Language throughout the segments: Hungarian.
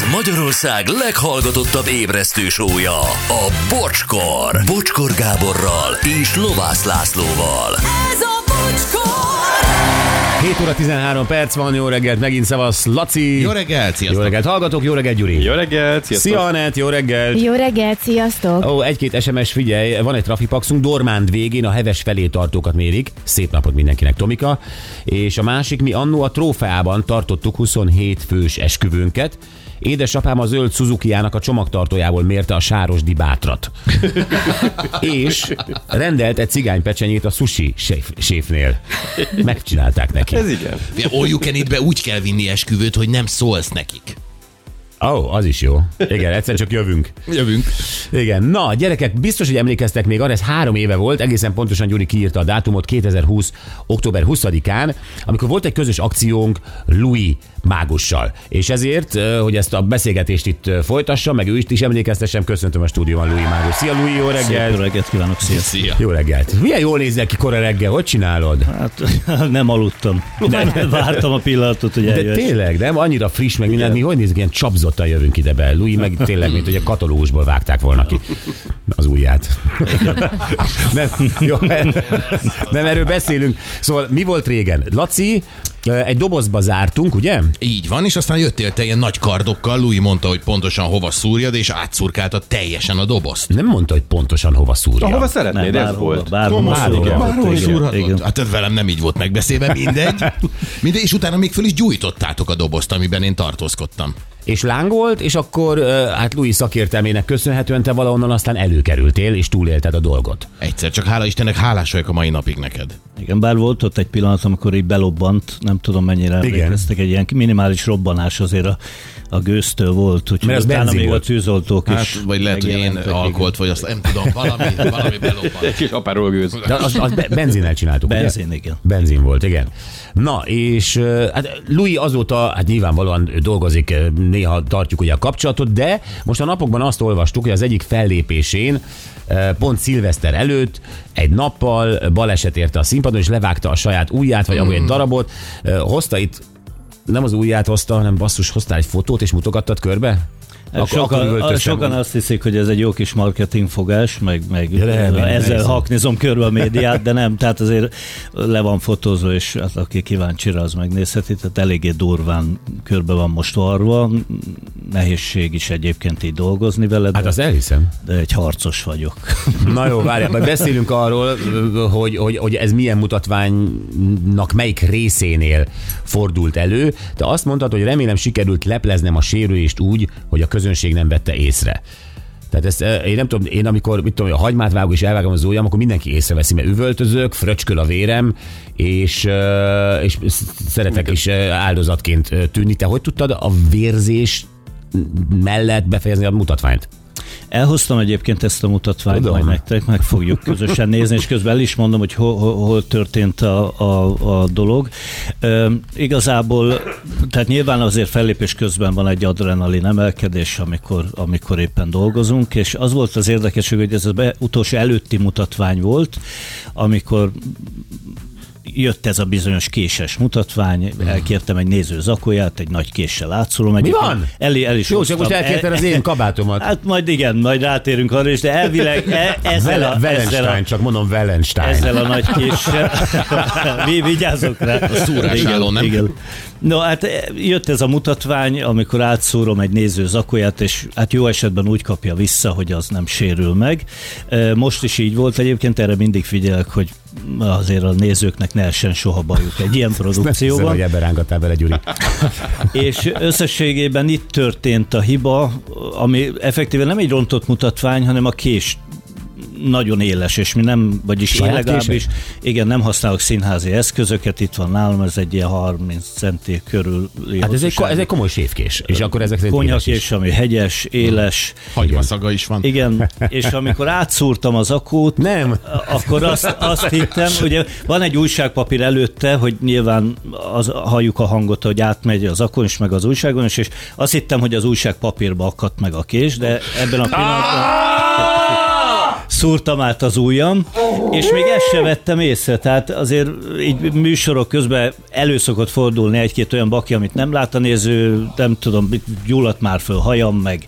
Ez Magyarország leghallgatottabb ébresztő show-ja, a Bocskor. Bocskor Gáborral és Lovász Lászlóval. Ez a Bocskor! 7 óra 13 perc van, jó reggelt, megint szevasz, Laci. Jó reggelt, sziasztok. Jó reggelt, hallgatók, jó reggelt, Gyuri. Jó reggelt, sziasztok. Szia, Anett, jó reggelt. Jó reggelt, sziasztok! Ó, egy-két SMS, figyelj, van egy trafipaxunk, Dormánd végén a Heves felé tartókat mérik. Szép napot mindenkinek, Tomika. És a másik, mi annó a Trófeában tartottuk 27 fős esküvőnket. Édesapám a zöld Suzuki-jának a csomagtartójából mérte a Sárosdi Bátrat. És rendelt egy cigánypecsenyét a sushi séfnél. Megcsinálták neki. Ez igen. All you can eat-be úgy kell vinni esküvőt, hogy nem szólsz nekik. Ó, az is jó. Igen, egyszer csak jövünk. Igen. Na, gyerekek, biztos, hogy emlékeztek még arra, ez 3 éve volt, egészen pontosan Gyuri kiírta a dátumot, 2020. október 20-án, amikor volt egy közös akciónk Louis mágussal. És ezért, hogy ezt a beszélgetést itt folytassam, meg ő is emlékeztessem, köszöntöm a stúdióban Louis mágus. Szia, Louis, jó reggelt! Jó reggelt kívánok, Szia. Jó reggelt! Milyen jól nézel ki kora reggel, hogy csinálod? Hát nem aludtam. Vártam a pillanatot, hogy eljöjjön. De tényleg, nem? Annyira friss, meg minden, mi hogy nézzük, ilyen csapzottan jövünk ide be. Louis meg tényleg, mint hogy a katalógusból vágták volna ki az ujját. Nem, erről beszélünk. Szóval mi volt régen? Laci, egy dobozba zártunk, ugye? Így van, és aztán jöttél te ilyen nagy kardokkal, Louis mondta, hogy pontosan hova szúrjad, és átszurkálta teljesen a dobozt. Nem mondta, hogy pontosan hova szúrja. Ahova szeretnéd, ez volt. Bárhol Igen. szúrhatod. Hát velem nem így volt megbeszélve, mindegy. És utána még föl is gyújtottátok a dobozt, amiben én tartózkodtam. És lángolt, és akkor hát Louis szakértelmének köszönhetően te valahonnan aztán előkerültél, és túlélted a dolgot. Egyszer csak hála Istennek, hálás vagyok a mai napig neked. Igen, bár volt ott egy pillanat, amikor így belobbant, nem tudom mennyire emlékeztek, egy ilyen minimális robbanás azért a gőztől volt, úgyhogy utána még volt. A tűzoltók is. Hát, vagy lehet, hogy én alkoholt, vagy azt nem tudom, valami belobbant. Egy kis apáról gőz. De az benzinnel csináltuk, Benzin, ugye? igen. Benzin volt, igen. Na, és hát Louis azóta, hát nyilvánvalóan dolgozik, néha tartjuk ugye a kapcsolatot, de most a napokban azt olvastuk, hogy az egyik fellépésén pont szilveszter előtt egy nappal baleset érte a színpadon, és levágta a saját ujját, vagy amúgy egy darabot, hozta itt, nem az ujját hozta, hanem basszus, hoztál egy fotót, és mutogattad körbe? Sokan azt hiszik, hogy ez egy jó kis marketingfogás, meg ezzel haknizom körbe a médiát, de nem, tehát azért le van fotózva, és az, aki kíváncsira, az megnézheti, tehát eléggé durván körbe van most varva, nehézség is egyébként így dolgozni vele. Hát azt elhiszem. De egy harcos vagyok. Na jó, várjál, majd beszélünk arról, hogy ez milyen mutatványnak melyik részénél fordult elő, de azt mondtad, hogy remélem sikerült lepleznem a sérülést úgy, hogy a közönség nem vette észre. Tehát ezt én nem tudom, én amikor a hagymát vágok és elvágom az ujjam, akkor mindenki észreveszi, mert üvöltözök, fröcsköl a vérem, és szeretek is áldozatként tűnni. Te hogy tudtad a vérzés mellett befejezni a mutatványt? Elhoztam egyébként ezt a mutatványt, majd nektek meg fogjuk közösen nézni, és közben el is mondom, hogy hol történt a dolog. Igazából, tehát nyilván azért fellépés közben van egy adrenalin emelkedés, amikor éppen dolgozunk, és az volt az érdekesség, hogy ez az utolsó előtti mutatvány volt, amikor jött ez a bizonyos késes mutatvány, elkértem egy néző zakóját, egy nagy késsel átszólom. Mi van? El is jó, csak most elkérted az én kabátomat. Hát majd rátérünk arra is, de elvileg Wellenstein, csak mondom Wellenstein. Ezzel a nagy késsel. Vigyázzok rá. A szúrásálló, nem? Igen. No, hát jött ez a mutatvány, amikor átszúrom egy néző zakóját, és hát jó esetben úgy kapja vissza, hogy az nem sérül meg. Most is így volt egyébként, erre mindig figyelek, hogy azért a nézőknek ne essen soha bajuk egy ilyen produkcióban. Nem hogy ebben rángattál bele, Gyuri. És összességében itt történt a hiba, ami effektíven nem egy rontott mutatvány, hanem a kés nagyon éles, és mi nem, vagyis én legalábbis, igen, nem használok színházi eszközöket, itt van nálam, ez egy ilyen 30 centi körül. Hát ez egy komoly séfkés, és akkor ezek szerint konyakés, ami hegyes, éles. Hagymaszaga is van. Igen, és amikor átszúrtam az akót, akkor azt hittem, ugye van egy újságpapír előtte, hogy nyilván halljuk a hangot, hogy átmegy az akon is, meg az újságon is, és azt hittem, hogy az újságpapírba akadt meg a kés, de ebben a pillanatban... szúrtam át az ujjam, és még ezt se vettem észre, tehát azért így műsorok közben elő szokott fordulni egy-két olyan baki, amit nem lát a néző, nem tudom, gyulladt már föl hajam, meg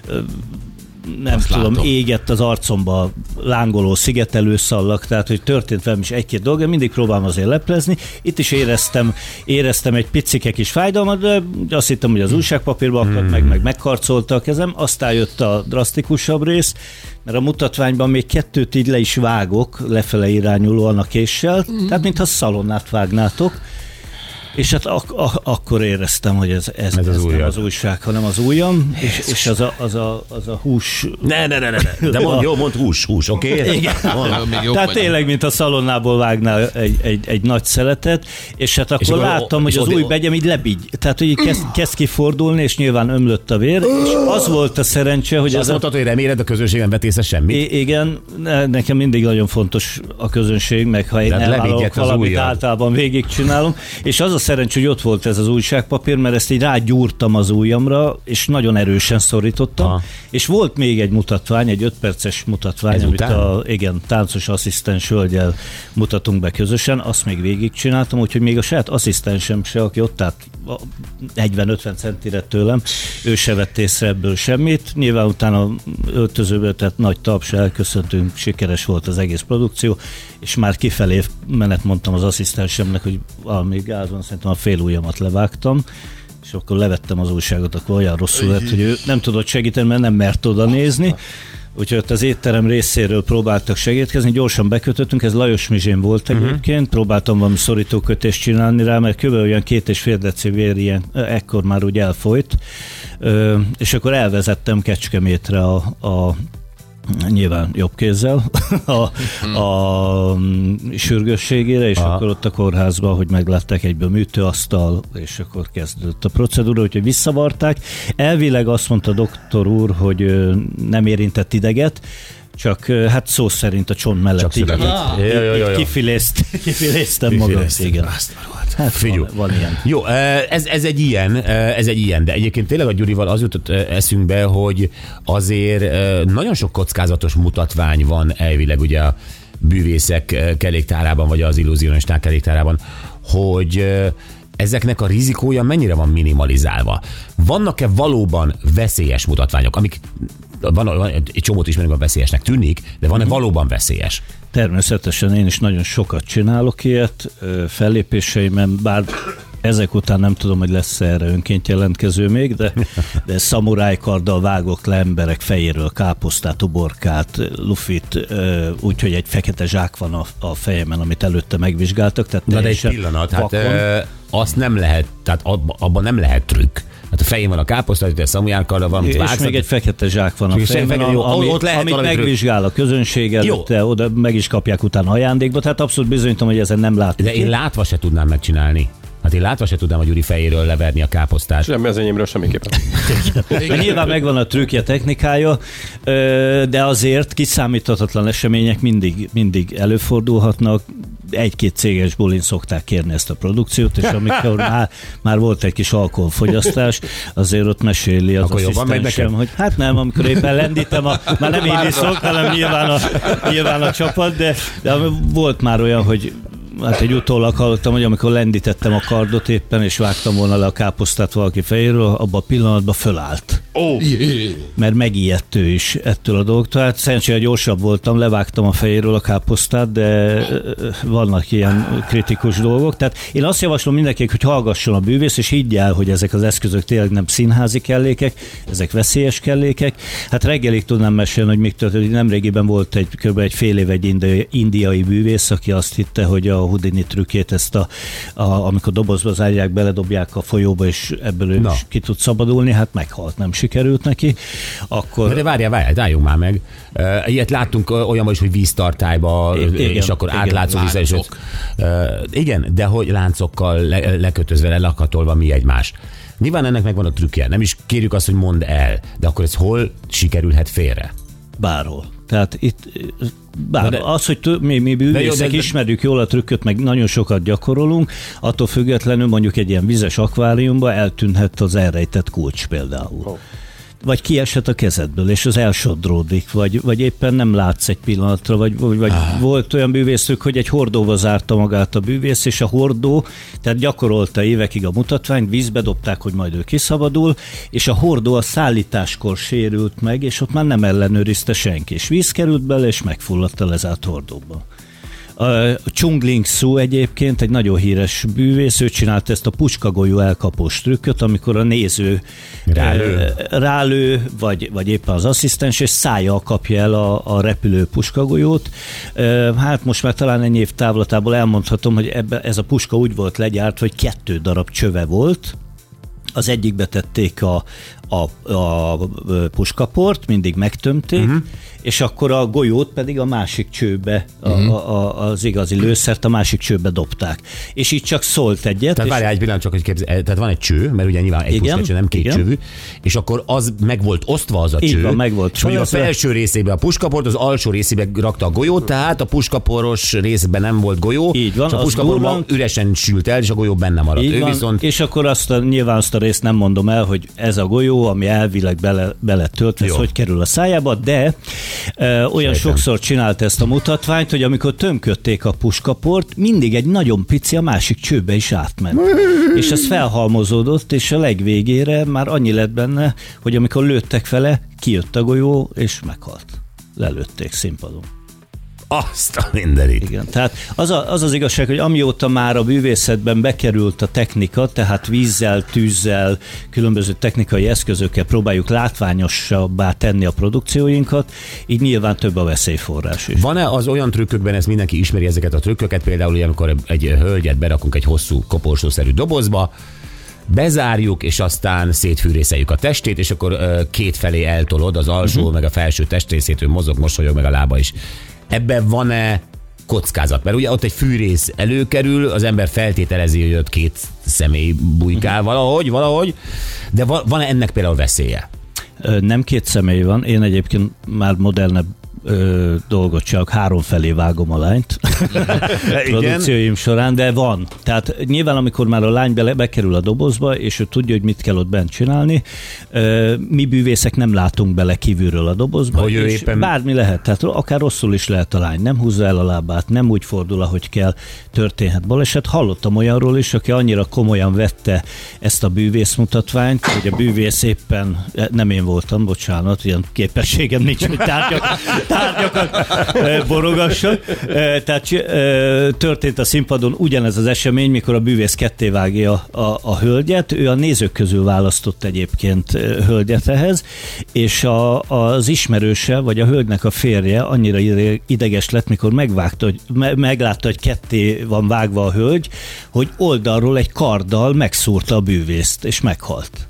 nem azt tudom, látom. Égett az arcomba lángoló szigetelőszallag, tehát hogy történt velem is egy-két dolga, mindig próbálom azért leplezni. Itt is éreztem egy picike kis fájdalmat, de azt hittem, hogy az újságpapírba akadt, meg megkarcolta a kezem, aztán jött a drasztikusabb rész, mert a mutatványban még 2 így le is vágok, lefele irányulóan a késsel, tehát mintha szalonnát vágnátok. És hát akkor éreztem, hogy ez nem az újság, hanem az ujjam, és az a hús... Ne, de mondd hús, oké? Okay? Igen. Tehát tényleg, mint a szalonnából vágnál egy nagy szeletet, és hát akkor láttam, hogy az új begyem így lebigy. Tehát, hogy kezd kifordulni, és nyilván ömlött a vér, és az volt a szerencse, hogy... És azt mondtad, hogy reméled, a közönségen vetésze semmit? Igen, nekem mindig nagyon fontos a közönség, meg ha én elvállalok valamit, általában végigcsinálom, és az a szerencsé, hogy ott volt ez az újságpapír, mert ezt így rágyúrtam az ujjamra, és nagyon erősen szorítottam, és volt még egy mutatvány, egy 5 perces mutatvány, amit a táncos asszisztens hölgyel mutatunk be közösen, azt még végigcsináltam, úgyhogy még a saját asszisztensem se, aki ott állt 40-50 centire tőlem, ő se vett észre ebből semmit. Nyilván utána öltözőből, tehát nagy taps, elköszöntünk, sikeres volt az egész produkció, és már kifelé menet mondtam az asszisztensemnek, hogy valami gázon szerintem a fél ujjamat levágtam, és akkor levettem az újságot, akkor olyan rosszul lett, hogy ő nem tudott segíteni, mert nem mert oda nézni. Úgyhogy ott az étterem részéről próbáltak segítkezni, gyorsan bekötöttünk, ez Lajos Mizsén volt egyébként, próbáltam valami szorítókötést csinálni rá, mert kb. Olyan 2,5 deci vér ilyen, ekkor már úgy elfolyt, és akkor elvezettem Kecskemétre a nyilván jobb kézzel a sürgősségére, és akkor ott a kórházban, hogy meglátták egyből műtőasztal, és akkor kezdődött a procedúra, úgyhogy visszavarták. Elvileg azt mondta a doktor úr, hogy nem érintett ideget, csak hát szó szerint a csont mellett így kifiléztem magam. Igen. Hát figyelj, van ilyen. Jó, ez egy ilyen, de egyébként tényleg a Gyurival az jutott eszünkbe, hogy azért nagyon sok kockázatos mutatvány van elvileg ugye a bűvészek keréktárában, vagy az illúzionisták keréktárában, hogy ezeknek a rizikója mennyire van minimalizálva? Vannak-e valóban veszélyes mutatványok, amik van egy csomót ismerünk, a veszélyesnek tűnik, de van-e valóban veszélyes? Természetesen én is nagyon sokat csinálok ilyet fellépéseimben, bár ezek után nem tudom, hogy lesz erre önként jelentkező még, de szamurájkarddal vágok le emberek fejéről káposztát, uborkát, lufit, úgyhogy egy fekete zsák van a fejemen, amit előtte megvizsgáltak. Tehát de egy pillanat, hát azt nem lehet, tehát abban nem lehet trükk. Hát a fején van a káposzta, hogy a szamujárkarra valamit vágsz. És még egy fekete zsák van a fejemben, amit megvizsgál a közönség előtte, oda meg is kapják utána ajándékba, tehát abszolút bizonyítom, hogy ezen nem látok. De én látva se tudnám megcsinálni. Hát én látva se tudnám a Gyuri fejéről leverni a káposztát. Semmi az enyémről semmiképpen. Nyilván megvan a trükkje, technikája, de azért kiszámíthatatlan események mindig előfordulhatnak. Egy-két céges bulin szokták kérni ezt a produkciót, és amikor már volt egy kis alkoholfogyasztás, azért ott meséli az asszisztensem, hogy hát nem, amikor éppen lendítem, már nem én iszok, hanem nyilván a csapat, de volt már olyan, hogy hát egy utólag hallottam, hogy amikor lendítettem a kardot éppen, és vágtam volna le a káposztát valaki fejéről, abban a pillanatban fölállt. Mert megijedt ő is ettől a dolgoktól. Hát szerencsére gyorsabb voltam, levágtam a fejéről a káposztát, de vannak ilyen kritikus dolgok. Tehát én azt javaslom mindenkinek, hogy hallgasson a bűvész, és higgy el, hogy ezek az eszközök tényleg nem színházi kellékek, ezek veszélyes kellékek. Hát reggelig tudnám mesélni, hogy még történt. Nemrégiben volt kb. Egy fél év egy indiai bűvész, aki azt hitte, hogy a Houdini trükkét, ezt amikor dobozba zárják, beledobják a folyóba, és ebből ő is ki tud szabadulni, hát meghalt, nem sikerült neki. Akkor... De várjunk már meg. Ilyet láttunk olyanban is, hogy víztartályba, és akkor átlátszó vissza, és igen, de hogy láncokkal lekötözve, lelakatolva mi egymás. Nyilván ennek megvan a trükkje. Nem is kérjük azt, hogy mondd el, de akkor ez hol sikerülhet félre? Bárhol. Tehát itt az, hogy mi bűvészek ismerjük jól a trükköt, meg nagyon sokat gyakorolunk, attól függetlenül mondjuk egy ilyen vizes akváriumban eltűnhet az elrejtett kulcs például. vagy kiesett a kezedből, és az elsodródik, vagy éppen nem látsz egy pillanatra, vagy volt olyan bűvészük, hogy egy hordóba zárta magát a bűvész, és a hordó, tehát gyakorolta évekig a mutatványt, vízbe dobták, hogy majd ő kiszabadul, és a hordó a szállításkor sérült meg, és ott már nem ellenőrizte senki, és víz került bele, és megfulladt a lezárt hordóba. A Chung Ling Soo egyébként egy nagyon híres bűvész, ő csinálta ezt a puskagolyó elkapós trükköt, amikor a néző rálő vagy éppen az asszisztens, és szájjal kapja el a repülő puskagolyót. Hát most már talán ennyi év távlatából elmondhatom, hogy ez a puska úgy volt legyárt, hogy 2 darab csöve volt. Az egyikbe tették a puskaport, mindig megtömték, és akkor a golyót pedig a másik csőbe, az igazi lőszert a másik csőbe dobták. És így csak szólt egyet. Tehát várjál egy pillanat, csak hogy tehát van egy cső, mert ugye nyilván egy puskacső, nem 2 csövű, és akkor az meg volt osztva az a cső. Így van, meg volt. És a felső részébe a puskaport, az alsó részébe rakta a golyót, tehát a puskaporos részben nem volt golyó, így van, és a puskapor üresen sült el, és a golyó benne maradt. Így van, viszont... És akkor nyilván azt a részt nem mondom el, hogy ez a golyó, ami elvileg bele töltve, ez hogy kerül a szájába, de olyan sokszor csinált ezt a mutatványt, hogy amikor tömködték a puskaport, mindig egy nagyon pici a másik csőbe is átment. És ez felhalmozódott, és a legvégére már annyi lett benne, hogy amikor lőttek vele, kijött a golyó, és meghalt. Lelőtték színpadon. Azt a mindenit. Igen, tehát az igazság, hogy amióta már a bűvészetben bekerült a technika, tehát vízzel, tűzzel, különböző technikai eszközökkel próbáljuk látványosabbá tenni a produkcióinkat, így nyilván több a veszélyforrás is. Van-e az olyan trükkökben, ezt mindenki ismeri ezeket a trükköket, például amikor egy hölgyet berakunk egy hosszú koporsószerű dobozba, bezárjuk, és aztán szétfűrészeljük a testét, és akkor 2 felé eltolod az alsó, meg a felső testrészét, ő mozog, mosolyog, meg a lába is. Ebben van-e kockázat? Mert ugye ott egy fűrész előkerül, az ember feltételezi, hogy ott 2 személy bujkál valahogy, de van-e ennek például veszélye? Nem 2 személy van, én egyébként már modernebb dolgot csak 3 felé vágom a lányt produkcióim során, de van. Tehát nyilván, amikor már a lány bekerül a dobozba, és ő tudja, hogy mit kell ott bent csinálni, mi bűvészek nem látunk bele kívülről a dobozba, hogy és éppen... bármi lehet, tehát akár rosszul is lehet a lány, nem húzza el a lábát, nem úgy fordul, ahogy kell, történhet baleset. Hallottam olyanról is, aki annyira komolyan vette ezt a bűvészmutatványt, hogy a bűvész éppen, nem én voltam, bocsánat, ilyen képességem nincs, hogy tárgyakat borogassak. Tehát történt a színpadon ugyanez az esemény, mikor a bűvész kettévágja a hölgyet. Ő a nézők közül választott egyébként hölgyet ehhez, és az ismerőse, vagy a hölgynek a férje annyira ideges lett, mikor meglátta, hogy ketté van vágva a hölgy, hogy oldalról egy karddal megszúrta a bűvészt, és meghalt.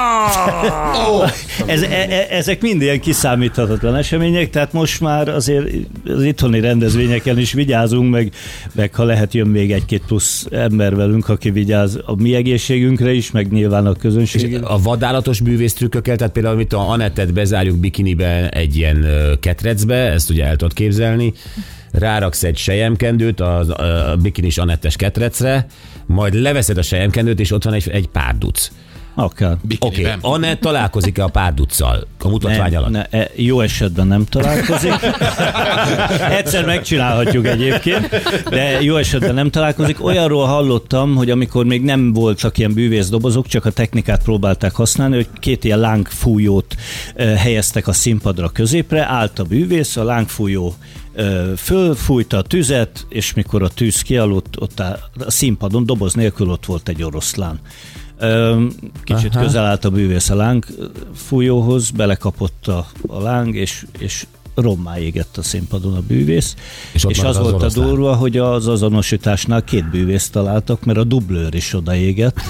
Ezek mind ilyen kiszámíthatatlan események, tehát most már azért az itthoni rendezvényeken is vigyázunk, meg ha lehet, jön még 1-2 plusz ember velünk, aki vigyáz a mi egészségünkre is, meg nyilván a közönségünk. A vadállatos bűvésztrükkökkel, tehát például mit a Anettet bezárjuk bikinibe egy ilyen ketrecbe, ezt ugye el tudod képzelni, ráraksz egy selyemkendőt a bikinis Anettes ketrecre, majd leveszed a selyemkendőt, és ott van egy párduc. Oké. Anett találkozik-e a párduccal a mutatvány alatt? Jó esetben nem találkozik. Egyszer megcsinálhatjuk egyébként, de jó esetben nem találkozik. Olyanról hallottam, hogy amikor még nem voltak ilyen bűvészdobozok, csak a technikát próbálták használni, hogy 2 ilyen lángfújót helyeztek a színpadra középre, állt a bűvész, a lángfújó fölfújta a tüzet, és mikor a tűz kialudt, ott a színpadon doboz nélkül ott volt egy oroszlán. Kicsit közel állt a bűvész a lángfújóhoz, belekapott a láng, és rommá égett a színpadon a bűvész. És az volt a durva, hogy az azonosításnál 2 bűvészt találtak, mert a dublőr is odaégett.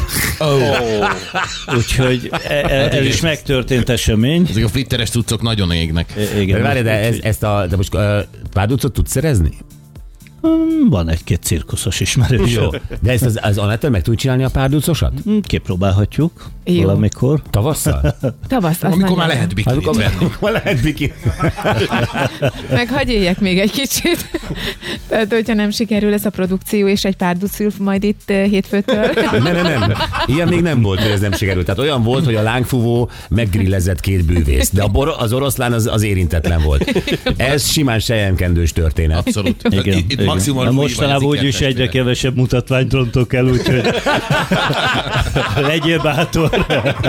Úgyhogy ez is megtörtént esemény. Ezek a flitteres cuccok nagyon égnek. Igen. Várj, de most párducot tudsz szerezni? Van egy-két cirkuszos ismerős. Jó. De ezt az Anettel meg tud csinálni a párducosat? Kipróbálhatjuk Jó. valamikor. Tavasszal? Tavasz, az Amikor már nagyon- lehet bikinit venni. Amikor lehet biki. Meg hagyj éljek még egy kicsit. Tehát, hogyha nem sikerül ez a produkció, és egy párduc ül majd itt hétfőtől. Nem. Ilyen még nem volt, hogy ez nem sikerült. Tehát olyan volt, hogy a lángfúvó meggrillezett 2 bűvészt, de az oroszlán az érintetlen volt. Ez simán selyemkendős történet. Abszolút. Igen, Itt igen. maximum Na, Louis mostanában van, ez úgyis egyre ikertestvére. kevesebb mutatványt rontok el, úgyhogy legyél bátor.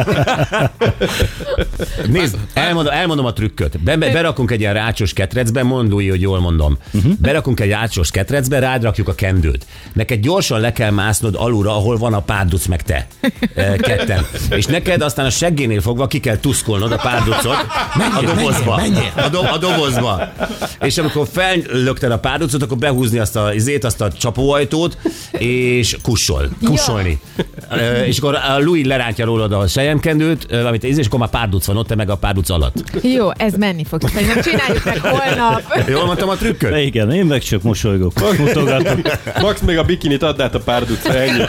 Nézd, elmondom a trükköt. Berakunk egy ilyen rácsos ketrecbe, mondd úgy, hogy jól mondom. Berakunk egy rácsos ketrecbe, rád rakjuk a kendőt. Neked gyorsan le kell másznod alulra, ahol van a párduc meg te. Ketten. És neked aztán a seggénél fogva ki kell tuszkolnod a párducot a dobozba. A dobozba. És amikor fellökted a párducot, akkor behúzni azt a csapóajtót, és kussolni. És akkor a Louis lerántja rólad a selyemkendőt, és akkor már párduc van ott, te meg a párduc alatt. Jó, ez menni fog. Szerintem csináljuk meg holnap. Jól mondtam a trükköt? De igen, én meg csak mosolygok. Mutogatok. Max még a bikinit add át a párducra, ennyi.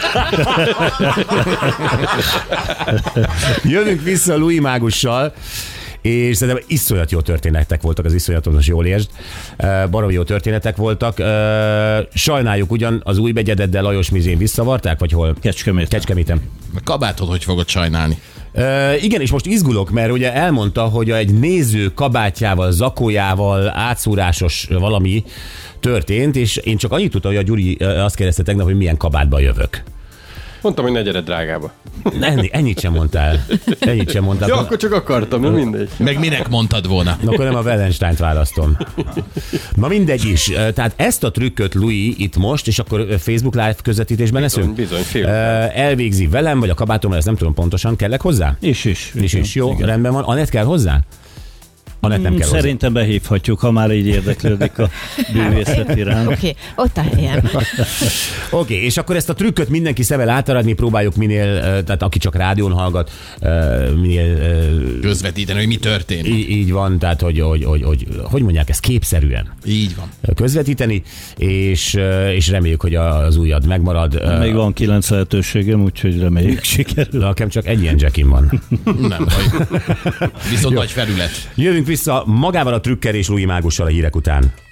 Jövünk vissza Louis mágussal, és szerintem iszonyat jó történetek voltak, az iszonyatos jól értsd. Baromi jó történetek voltak. Sajnáljuk ugyan, az Újbegyededdel Lajos Mizén visszavarták, vagy hol? Kecskeméten. Kabátod hogy fogod sajnálni? Igen, és most izgulok, mert ugye elmondta, hogy egy néző kabátjával, zakójával, átszúrásos valami történt, és én csak annyit tudtam, hogy a Gyuri azt kérdezte tegnap, hogy milyen kabátba jövök. Mondtam, hogy ne gyere drágába. Ennyit sem mondtál. Ja, akkor csak akartam, nem mindegy. Meg minek mondtad volna? Akkor nem a Wellensteint választom. Na mindegy is. Tehát ezt a trükköt Louis itt most, és akkor Facebook Live közvetítésben leszünk? Bizony, fél. Elvégzi velem, vagy a kabátommal, ezt nem tudom pontosan. Kellek hozzá? Is. Jó, Igen. rendben van. Anett kell hozzá? Anett nem kell hozzá. Szerintem behívhatjuk, ha már így érdeklődik a bűvészet iránt. Oké, ott a helyem. Oké, és akkor ezt a trükköt mindenki szemel átaradni, próbáljuk minél, tehát aki csak rádión hallgat, minél... Közvetíteni, hogy mi történik. Így van, tehát hogy mondják ezt képszerűen Így van. közvetíteni, és reméljük, hogy az ujjad megmarad. Még van 9 lehetőségem, úgyhogy reméljük sikerül. Nekem csak egy ilyen jackim van. Nem baj. Viszont nagy felület. Jövünk vissza magával a trükkel és Louis mágussal a hírek után.